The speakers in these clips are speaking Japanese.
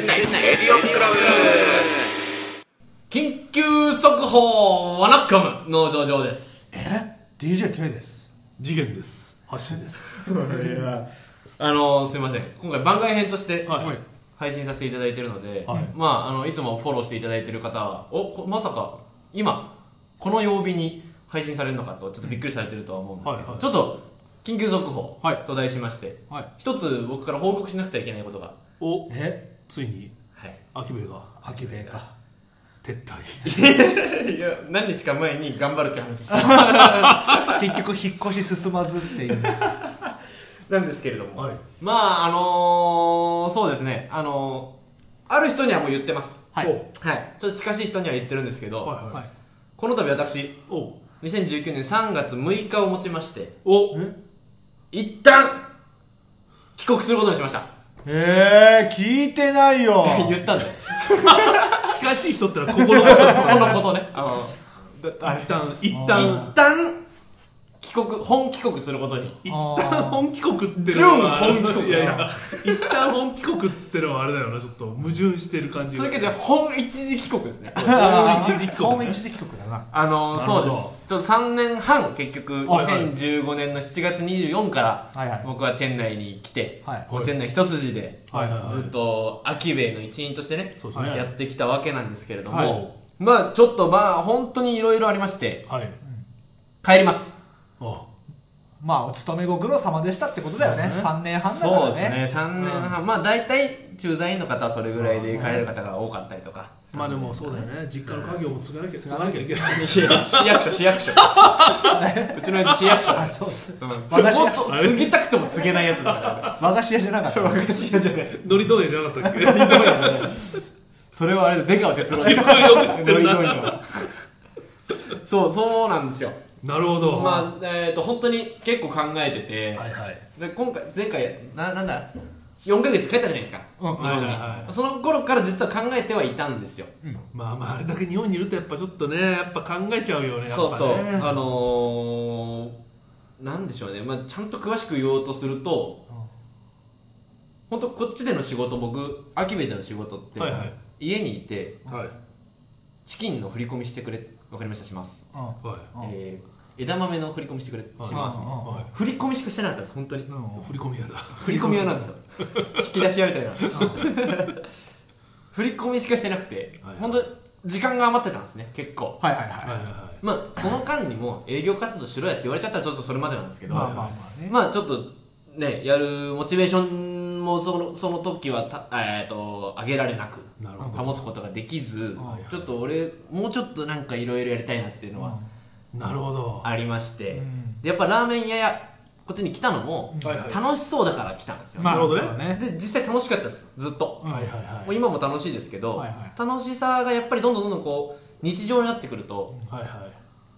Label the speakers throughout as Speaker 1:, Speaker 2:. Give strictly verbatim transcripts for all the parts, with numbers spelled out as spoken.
Speaker 1: 内エディオンクラブ。緊急速報ワナッカム農場上です。
Speaker 2: え ディージェーケー です。
Speaker 3: 次元です。発信です。
Speaker 1: いやあのすいません、今回番外編として、
Speaker 3: はい、
Speaker 1: 配信させていただいているので、
Speaker 3: はい、
Speaker 1: まあ、あのいつもフォローしていただいている方はおまさか今この曜日に配信されるのかとちょっとびっくりされてるとは思うんですけど、はいはい、ちょっと緊急速報と題しまして、はい、一つ僕から報告しなくちゃいけないことが。
Speaker 3: おえついに、
Speaker 1: はい、
Speaker 3: 秋兵衛が
Speaker 2: 秋兵衛か
Speaker 3: 撤退。
Speaker 1: いや何日か前に頑張るって話して
Speaker 2: 結局引っ越し進まずっていう
Speaker 1: なんですけれども、
Speaker 3: はい、
Speaker 1: まああのー、そうですね、あのー、ある人にはもう言ってます。
Speaker 2: はい、
Speaker 1: はい、ちょっと近しい人には言ってるんですけど、
Speaker 3: はいはい、
Speaker 1: この度私おにせんじゅうきゅうねんさんがつむいかをもちまして
Speaker 3: お
Speaker 1: 一旦帰国することにしました。
Speaker 2: えー、聞いてないよ
Speaker 1: 言ったんだよ
Speaker 3: 近しい人ってのはここのこと
Speaker 1: ここのことね。あの
Speaker 3: 一旦一旦
Speaker 1: 一旦帰国本帰国することに。
Speaker 3: 一旦本帰国って
Speaker 1: のは準本帰国。
Speaker 3: いやいや一旦本帰国ってのはあれだよな、ちょっと矛盾してる感じ。
Speaker 1: それかじゃあ本一時帰国ですね。
Speaker 3: 本一時帰国、
Speaker 2: 本一時帰国だな。
Speaker 1: あのそうです。ちょっとさんねんはん結局にせんじゅうごねんのしちがつにじゅうよっかから僕はチェン内に来て、はいはい、チェン内一筋でずっと秋兵衛の一員としてね、はいはい、やってきたわけなんですけれども、はい、まあちょっとまあ本当にいろいろありまして、はい、帰ります。
Speaker 2: おまあお勤めご苦労様でしたってことだよね。さんねんはんだからね。
Speaker 1: そうですね、さんねんはん、うん、まあ大体駐在員の方はそれぐらいで帰れる方が多かったりとか。
Speaker 3: まあでもそうだよね、実家の家業も継がなきゃ継がなきゃいけない。
Speaker 1: 市役所市役所うちの親父市役所。
Speaker 2: あ、そうです。
Speaker 1: 和菓子屋継ぎたくても継げないやつだから
Speaker 2: 和菓子屋じゃなかった。
Speaker 1: 和菓子屋じゃない。
Speaker 3: ノリ問屋じゃなかったっけ。
Speaker 1: ノリ問屋じゃない。それはあれだ、出川哲朗で。ノリ問屋。そうそうなんですよ。
Speaker 3: なるほど。
Speaker 1: まあえっと本当に結構考えてて、
Speaker 3: はいはい、
Speaker 1: で今回前回ななんだよんかげつ帰ったじゃないですか。
Speaker 3: うん、はいはいはい。
Speaker 1: その頃から実は考えてはいたんですよ。
Speaker 3: うん、まあまああれだけ日本にいるとやっぱちょっとね、やっぱ考えちゃうよね。
Speaker 1: そうそう。あのー、なんでしょうね。まあちゃんと詳しく言おうとすると、うん、本当こっちでの仕事、僕秋兵衛での仕事って、はいはい、家にいて、はい、チキンの振り込みしてくれ、わかりました、します。はい。えー枝豆の振り込みしてくれ、はい、します、はい、振り込みしかしてなかったです、本当に。
Speaker 3: うん、振り込み屋だ。
Speaker 1: 振り込み屋なんですよ引き出し屋みたいな振り込みしかしてなくて、はいはい、本当に時間が余ってたんですね、結構。
Speaker 2: はいはいはい、
Speaker 1: まあその間にも営業活動しろやって言われちゃったらちょっとそれまでなんですけど、
Speaker 2: まあまあまあね、
Speaker 1: まあちょっとね、やるモチベーションもその、その時はた、えー、と上げられなく保つことができず、ちょっと俺もうちょっとなんかいろいろやりたいなっていうのは、
Speaker 3: うん、なるほど
Speaker 1: ありまして、うん、やっぱラーメン屋やこっちに来たのも楽しそうだから来たんですよ、
Speaker 3: なるほどね。
Speaker 1: で実際楽しかったです、ずっと、
Speaker 3: はいはいはい、
Speaker 1: もう今も楽しいですけど、はいはい、楽しさがやっぱりどんどんどんどんこう日常になってくると、はいはい、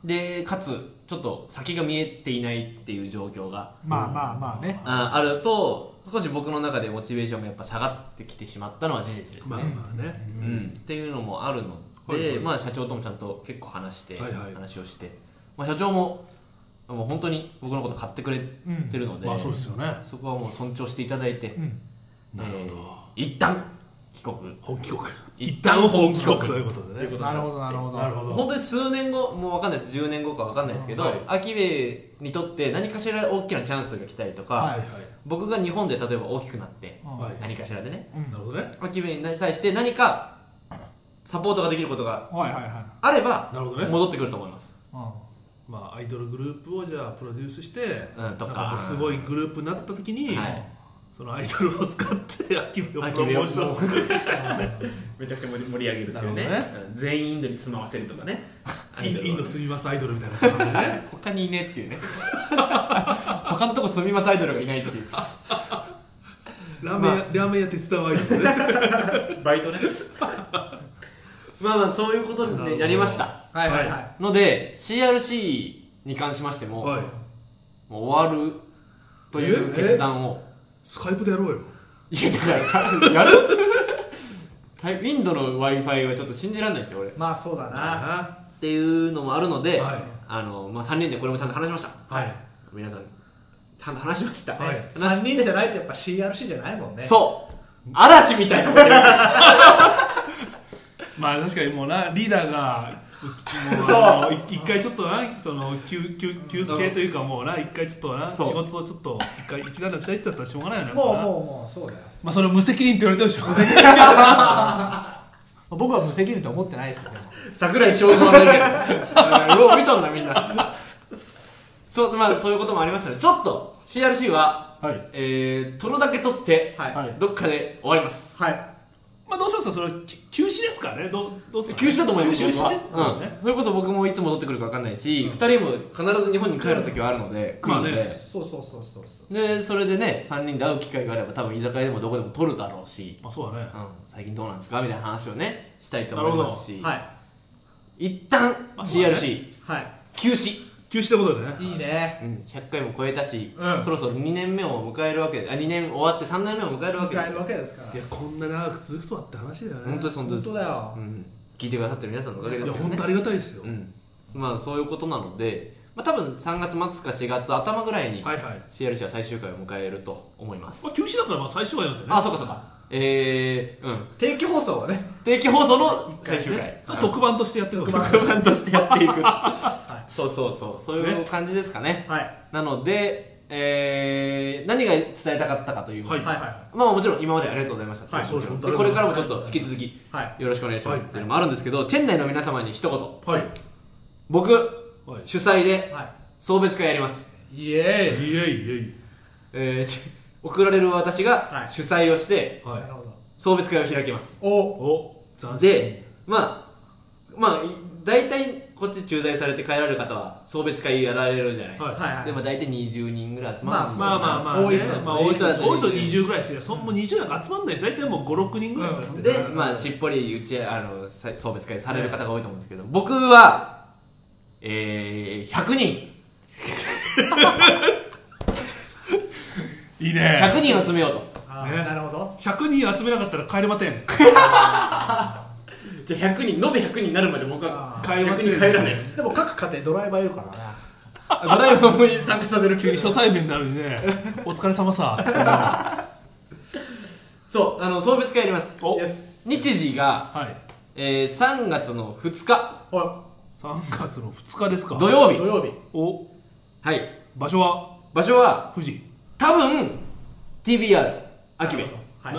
Speaker 1: でかつちょっと先が見えていないっていう状況が
Speaker 2: まあまあまあね、
Speaker 1: あ, あると少し僕の中でモチベーションもやっぱ下がってきてしまったのは事実ですね。
Speaker 3: まあまあね、
Speaker 1: うん、っていうのもあるので、はいはい、まあ社長ともちゃんと結構話して、はいはい、話をして、まあ、社長ももう本当に僕のこと買ってくれてるので、
Speaker 3: うん、まあそうですよね、
Speaker 1: そこはもう尊重していただいて、うん、
Speaker 3: なるほど、
Speaker 1: えー、一旦帰国、
Speaker 3: 本帰国、
Speaker 1: 一旦本帰国
Speaker 3: ということでね。
Speaker 2: なるほどなるほどなるほど。
Speaker 1: 本当に数年後、もう分かんないです、じゅうねんごか分かんないですけど、はい、秋兵衛にとって何かしら大きなチャンスが来たりとか、はいはい、僕が日本で例えば大きくなって、はい、何かしらでね、
Speaker 3: うん、なるほどね、
Speaker 1: 秋兵衛に対して何かサポートができることがあれば戻ってくると思います。
Speaker 3: はいはいはい、うん、まあ、アイドルグループをじゃあプロデュースして、
Speaker 1: うん、とか
Speaker 3: なんかすごいグループになった時に、はい、そのアイドルを使って秋兵衛をプロモーションするみたいなね
Speaker 1: めちゃくちゃ盛り上げるっていうね、ね、全員インドに住まわせるとかね
Speaker 3: インド、インド住みますアイドルみたいな感じでね
Speaker 1: 他にいねっていうね他のとこ住みますアイドルがいないっていう
Speaker 3: ラーメン屋、まあ、ラーメン屋手伝うアイドルね
Speaker 1: バイトねまあまあそういうことでやりました。
Speaker 2: はいはいはい。
Speaker 1: ので シーアールシー に関しましても、はい、もう終わるという決断を。
Speaker 3: スカイプでやろうよ。
Speaker 1: いやだからやるインドの Wi-Fi はちょっと信じられないですよ俺。
Speaker 2: まあそうだな
Speaker 1: っていうのもあるので、
Speaker 3: はい、
Speaker 1: あのまあ、さんにんでこれもちゃんと話しました。はい、皆さんちゃんと話しました、
Speaker 2: はい、さんにんじゃないとやっぱ シーアールシー じゃないもんね。
Speaker 1: そう嵐みたいな
Speaker 3: まあ確かにもうなリーダーがもう一回ちょっとなその休休休憩というかもうな一回ちょっとな仕事とちょっと一回一段落したいって言ったらしょうがないよね。
Speaker 2: もうもうもうそうだよ。
Speaker 3: まあそれ無責任って言われてるでしょ。
Speaker 2: 僕は無責任と思ってないですよ。
Speaker 1: 桜井翔吾はねよう見とんなみんなそうまあそういうこともありましたね。ちょっと シーアールシー は、はいえー、取るだけ取って、はい、どっかで終わります。はい
Speaker 3: まあ、どうしますかそれ休止ですかね。どうどうする
Speaker 1: 休止だと思います。
Speaker 3: 休止ね、
Speaker 1: うんね、それこそ僕もいつ戻ってくるか分かんないし、うん、ふたりも必ず日本に帰る時はあるので、来るので、まあね、
Speaker 2: そうそうそうそうそう
Speaker 1: でそれでねさんにんで会う機会があれば多分居酒屋でもどこでも取るだろうし、
Speaker 3: まあそうだね、
Speaker 1: うん、最近どうなんですかみたいな話をねしたいと思いますし、
Speaker 2: はい、
Speaker 1: 一旦 シーアールシー、
Speaker 2: はい、
Speaker 1: 休止
Speaker 3: 休止ってことでね。
Speaker 2: いいね、
Speaker 1: うん、ひゃっかいも超えたし、
Speaker 2: うん、
Speaker 1: そろそろにねんめを迎えるわけで、あにねん終わってさんねんめを迎えるわけです。
Speaker 2: 迎えるわけですから。
Speaker 3: いやこんな長く続くとはって話だよね。
Speaker 1: 本当です本当です。
Speaker 2: 本当だよ、
Speaker 1: うん、聞いてくださってる皆さんのおかげですよね。
Speaker 3: いや本当ありがたいですよ、
Speaker 1: うんまあ、そういうことなので、まあ、多分さんがつ末かしがつ頭ぐらいに シーアールシー は最終回を迎えると思います、
Speaker 3: まあ、休止だったらまあ最終回なんてね。
Speaker 1: あそうかそうかえー、うん
Speaker 2: 定期放送はね
Speaker 1: 定期放送の最終回、ね、
Speaker 3: それ特番としてやっていく
Speaker 1: 特番としてやっていく、はい、そうそうそうそういう感じですかね、
Speaker 2: はい、
Speaker 1: なので、えー、何が伝えたかったかというと、はいはいはい、まあもちろん今までありがとうございました、はい、そうですでこれからもちょっと引き続きよろしくお願いしますっていうのもあるんですけど、チェン内の皆様に一言、はい、僕、はい、主催で送別会やります。
Speaker 2: イエーイ
Speaker 3: イエーイイエーイ、
Speaker 1: えー送られる私が主催をして、はい、送別会を開きます。
Speaker 2: おお
Speaker 1: で、まあ、まあ、大体こっち駐在されて帰られる方は送別会やられるじゃないですか。はいはい、でも大体にじゅうにんぐらい集まるんですよ。
Speaker 3: まあまあまあ、ね、多い人だと、多い人だと多い人にじゅうぐらいですよ。そんもにじゅうなんか集まんないです。大体もうご、ろくにんぐらいですよ、うん。
Speaker 1: で、まあ、しっぽりうちあの送別会される方が多いと思うんですけど、僕は、えー、ひゃくにん。
Speaker 3: いいね。
Speaker 1: ひゃくにん集めようと。
Speaker 2: あ、ね、なるほど。
Speaker 3: ひゃくにん集めなかったら帰れません。
Speaker 1: じゃあひゃくにん、延べひゃくにんになるまで僕は帰らないです。
Speaker 2: でも各家庭ドライバーいるから
Speaker 1: な。ドライバーも参加させる。
Speaker 3: 急に初対面になるにね、お疲れ様さ。
Speaker 1: そう、あの送別会やります。お日時が、はいえー、さんがつのふつか。
Speaker 3: さんがつのふつかですか。
Speaker 1: 土曜日。
Speaker 2: 土曜日。
Speaker 1: おはい。
Speaker 3: 場所は
Speaker 1: 場所は
Speaker 3: 富士。
Speaker 1: 多分 ティービーアール 秋部、はい、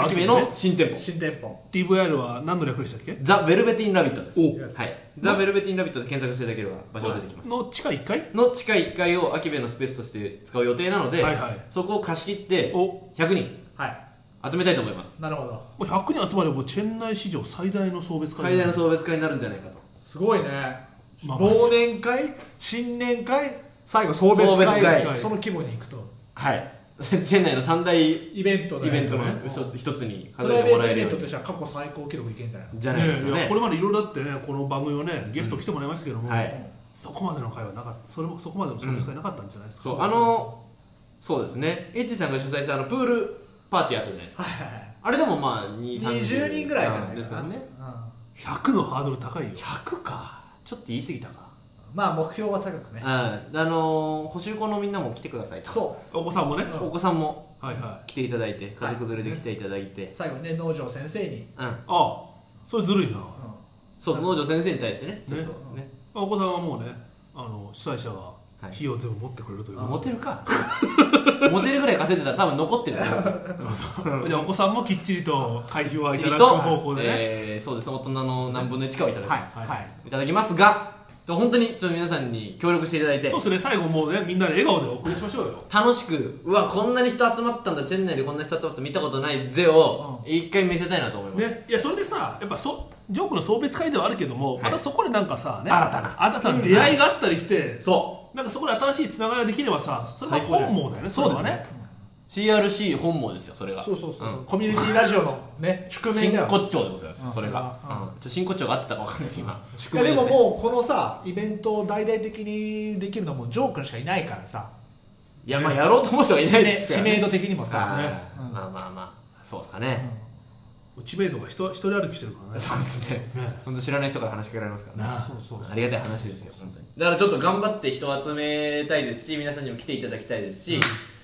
Speaker 1: 秋部の新店舗。
Speaker 2: 新店舗
Speaker 3: ティーブイアール は何の略でしたっけ？
Speaker 1: ザ・ベルベティン・ラビットです。はい、ザ・ベルベティン・ラビットで検索していただければ場所が出てきます。
Speaker 3: の地下いっかい
Speaker 1: の地下いっかいを秋部のスペースとして使う予定なので、はいはい、そこを貸し切ってひゃくにん集めたいと思います。
Speaker 2: なるほど。も
Speaker 3: うひゃくにん集まればチェン内史上最大の送別会
Speaker 1: 最大の送別会になるんじゃないかと。
Speaker 2: すごいね、まあ、忘年会新年会最後送別 会, 送別会その規模に行くと
Speaker 1: はいチェン内の三大イベントの一つ一つに数えてもらえるように。プライベートイベントとしては過去最高記録いけんじゃないのじゃないですかね。
Speaker 3: ねこれまでいろいろあってねこの番組はねゲスト来てもらいましたけども、うんはい、そこまでの会はなかったそれもそこまでの送別会なかったんじゃないですか、
Speaker 1: うん、そうあのそうですねエッジさんが主催したあのプールパーティーあったじゃないですか、はいはい、あれでもまあにじゅう、さんじゅう
Speaker 2: にじゅうにんぐらいじゃない
Speaker 1: ですよね、
Speaker 3: うん、ひゃくのハードル高いよ。
Speaker 1: ひゃくかちょっと言い過ぎたか。
Speaker 2: まあ目標は高くね、
Speaker 1: うん、あのー、補修校のみんなも来てくださいと。
Speaker 3: そうお子さんもね、
Speaker 1: うん、お子さんも来ていただいて、はいはい、家族連れで来ていただいて、はい、
Speaker 2: 最後にね農場先生に、
Speaker 3: うん、ああそれずるいな、うん、
Speaker 1: そうそう農場先生に対してね、ねね
Speaker 3: お子さんはもうねあの主催者が費用全部持ってくれるという、
Speaker 1: はい、持てるか持てるぐらい稼いでたら多分残ってるんですよ
Speaker 3: じゃあお子さんもきっちりと会費はいただく方向でね、
Speaker 1: えー、そうですね大人の何分のいちかをいただきます、はいはい、いただきますが本当にちょっと皆さんに協力していただいて
Speaker 3: そうですね最後もうねみんなで笑顔でお送りしましょうよ。
Speaker 1: 楽しくうわこんなに人集まったんだチェン内でこんな人集まった見たことないゼを一回見せたいなと思います、
Speaker 3: ね、いやそれでさやっぱそジョークの送別会ではあるけども、はい、またそこでなんかさ、ね、
Speaker 1: 新たな
Speaker 3: 新たな出会いがあったりして、うん、
Speaker 1: そう
Speaker 3: なんかそこで新しいつながりができればさそれは本望だよね。
Speaker 1: そうですね、シーアールシー 本望ですよそれが。
Speaker 2: そうそうそう、うん、コミュニティラジオのね宿命だよ。
Speaker 1: 真骨頂でございます、うん、それが、うん、ちょっと真骨頂が合ってたか分かんないです今
Speaker 2: いやでももうこのさイベントを大々的にできるのはもうジョー君しかいないからさ。
Speaker 1: いやまあやろうと思う人がいないですよね
Speaker 2: 知名度的にもさ、
Speaker 1: ねうん、まあまあまあそうですかね、
Speaker 3: うん、知名度が一人歩きしてるからね。
Speaker 1: そうですね本当知らない人から話しかけられますからね。
Speaker 3: そうそうそう
Speaker 1: ありがたい話ですよ本当に。だからちょっと頑張って人を集めたいですし皆さんにも来ていただきたいですし、うん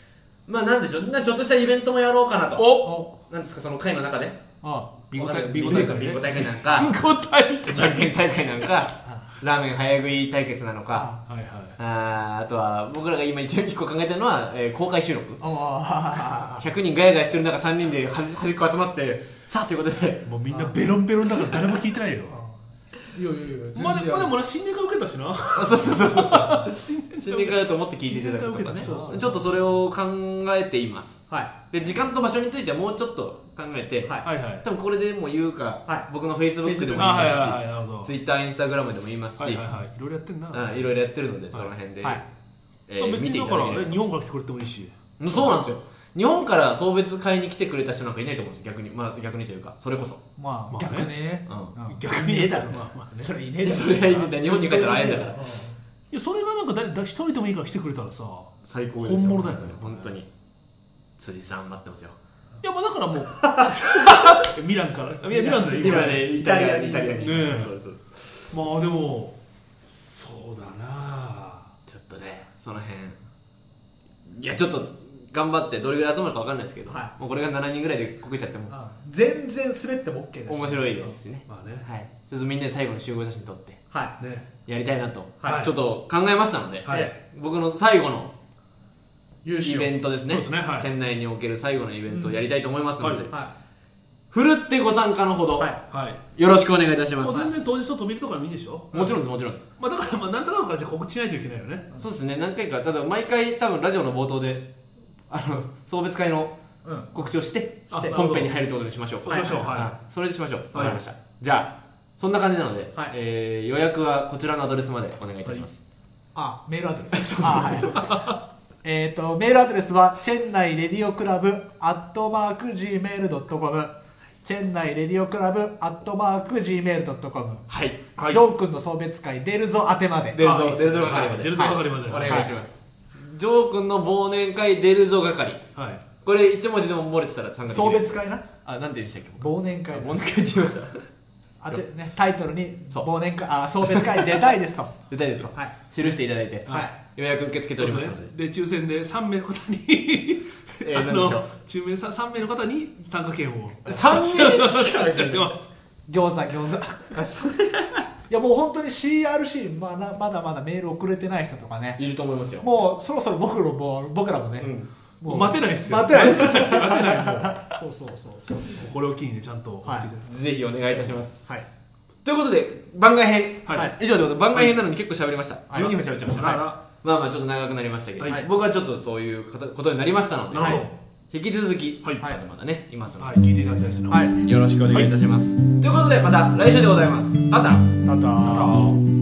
Speaker 1: まあなんでしょう、なちょっとしたイベントもやろうかなと。
Speaker 3: お
Speaker 1: なんですか、その会の中で
Speaker 2: あ
Speaker 3: ビンゴ大会
Speaker 1: ビンゴ大会ビンゴ大会なんか
Speaker 3: ビンゴ大会
Speaker 1: じゃんけん大会なんかラーメン早食い対決なのか、
Speaker 3: はいはい
Speaker 1: ああとは僕らが今一個考えてるのは、えー、公開収録
Speaker 2: あ
Speaker 1: ひゃくにんガヤガヤしてる中さんにんで端端っこ集まってさあということで
Speaker 3: もうみんなベロンベロンだから誰も聞いてないよ
Speaker 2: いやいやいや
Speaker 3: まあでもな新年会受けたしな
Speaker 1: そうそうそうそう新年会だと思って聞いていただくとかね、ちょっとそれを考えています。
Speaker 2: はい
Speaker 1: で時間と場所についてはもうちょっと考えて、
Speaker 2: はい
Speaker 3: はいはい
Speaker 1: 多分これでも言うか、
Speaker 2: はい
Speaker 1: 僕のフェイスブックでも言い
Speaker 3: あはいはい
Speaker 1: ます
Speaker 3: はいなるほど
Speaker 1: し、ツイッター、インスタグラムでも言いますし、
Speaker 3: はいはいはいいろいろやってんな
Speaker 1: うんいろいろやってるので、その辺で、
Speaker 2: はい
Speaker 1: えー
Speaker 3: 別にだからね日本から来てくれてもいいし
Speaker 1: そうなんですよ。日本から送別会に来てくれた人なんかいないと思うんですよ、逆に。まあ逆にというか、それこそ。
Speaker 2: まあ
Speaker 3: まあね
Speaker 2: 逆にね
Speaker 1: うん
Speaker 2: うん
Speaker 3: 逆に
Speaker 2: いねえだろ
Speaker 3: まあまあね
Speaker 2: それいねえだろ
Speaker 1: それはいいんだ、日本に帰ったら会えんだから。
Speaker 3: いやそれがなんか誰だ一人でもいいから来てくれたらさ
Speaker 1: 最高ですよ。
Speaker 3: 本物だよね
Speaker 1: 本当に。辻さん待ってますよ。
Speaker 3: いやまあだからもうミランからいやミランだよ今
Speaker 1: 今ね、イタリアに、イ
Speaker 2: イタリアに
Speaker 1: タリアに。
Speaker 3: ねえ
Speaker 1: そうそうそう。
Speaker 3: まあでもそうだな
Speaker 1: ちょっとね、その辺。いや、ちょっと頑張ってどれぐらい集まるかわかんないですけど、
Speaker 2: は
Speaker 1: もうこれがしちにんぐらいでこけちゃっても
Speaker 2: 全然滑っても OK だし
Speaker 1: 面白いですしね。
Speaker 3: まあね
Speaker 1: はい。ちょっとみんなで最後の集合写真撮って
Speaker 2: はい
Speaker 3: ね
Speaker 1: やりたいなと、
Speaker 2: はい
Speaker 1: ちょっと考えましたので、
Speaker 3: はい
Speaker 2: え
Speaker 1: 僕の最後のイ
Speaker 2: 優秀
Speaker 1: ベントですね。
Speaker 3: そうですねはい
Speaker 1: 県内における最後のイベントをやりたいと思いますので、
Speaker 3: うん
Speaker 2: は
Speaker 1: ふるってご参加のほど、
Speaker 2: はい
Speaker 3: はい
Speaker 1: よろしくお願いいたします。
Speaker 3: もう全然当日と飛びるとかでもいいんでしょ
Speaker 1: もちろんです、もちろんです。
Speaker 3: まあだからまあ何だかんだじゃ告知しないといけないよね
Speaker 1: そうですね、何回か、ただ毎回多分ラジオの冒頭で、あの、送別会の
Speaker 2: いうん
Speaker 1: 告知をして、
Speaker 3: して
Speaker 1: 本編に入るってことにしましょう。
Speaker 3: そうしましょう
Speaker 2: はい
Speaker 3: は
Speaker 1: あそれにしましょう。わかりました。じゃあ、そんな感じなので、
Speaker 2: はい
Speaker 1: えー予約はこちらのアドレスまでお願いいたします。
Speaker 2: あメールアドレスあはいえっとメールアドレスはチェンナイレディオクラブアットマーク ジーメールドットコム チェンナイレディオクラブアットマーク ジーメールドットコム
Speaker 1: はい。
Speaker 3: はい
Speaker 2: ジョー君の送別会出るぞ宛てまで
Speaker 1: 出るぞ、
Speaker 3: あいいっすね
Speaker 1: 出るぞ係まで。
Speaker 3: 出るぞ係まで
Speaker 1: はいお願いします。ジョー君の忘年会出るぞ係。
Speaker 3: はい
Speaker 1: これ一文字でも漏れてたら参加できる。
Speaker 2: 送別会な
Speaker 1: あ、なんて言いましたっけ
Speaker 2: 忘年会
Speaker 1: 忘年会って言いました。
Speaker 2: あて、ね、タイトルに
Speaker 1: そう
Speaker 2: 忘年会あ送別会出たいですと
Speaker 1: 出たいですと。
Speaker 2: はい
Speaker 1: 記していただいて、
Speaker 2: はい
Speaker 1: 予約受け付けておりますので。
Speaker 3: で抽選でさん名の方に
Speaker 1: えー
Speaker 3: あ
Speaker 1: 何でしょう
Speaker 3: の抽選ささん名の方に参加券を
Speaker 1: さんにんしか
Speaker 3: 差し上げます
Speaker 2: 餃子餃子いやもう本当に シーアールシー まだまだまだメール送れてない人とかね
Speaker 1: いると思いますよ。
Speaker 2: もうそろそろ僕らも僕らもね、
Speaker 1: うん
Speaker 2: もう
Speaker 3: 待てないっすよ
Speaker 2: 待てないです
Speaker 3: 待てないもう
Speaker 2: そうそうそうそう
Speaker 3: これを機にねちゃんと送っていただいて
Speaker 1: ぜひお願いいたします。
Speaker 2: はい
Speaker 1: ということで、番外編。
Speaker 3: はい
Speaker 2: はい
Speaker 1: 以上でございます。番外編なのに結構喋りました。じゅうにふん喋っちゃいましたね。
Speaker 3: あら
Speaker 1: まあまあちょっと長くなりましたけど、
Speaker 3: はい
Speaker 1: 僕はちょっとそういうことことになりましたので、
Speaker 3: なるほど
Speaker 1: 引き続き、
Speaker 3: はい
Speaker 1: まだまだね、いますので、
Speaker 3: はい聞いていただきたいですね
Speaker 2: はい
Speaker 1: よろしくお願いいたします。ということで、また来週でございます。また
Speaker 2: ただ
Speaker 3: あー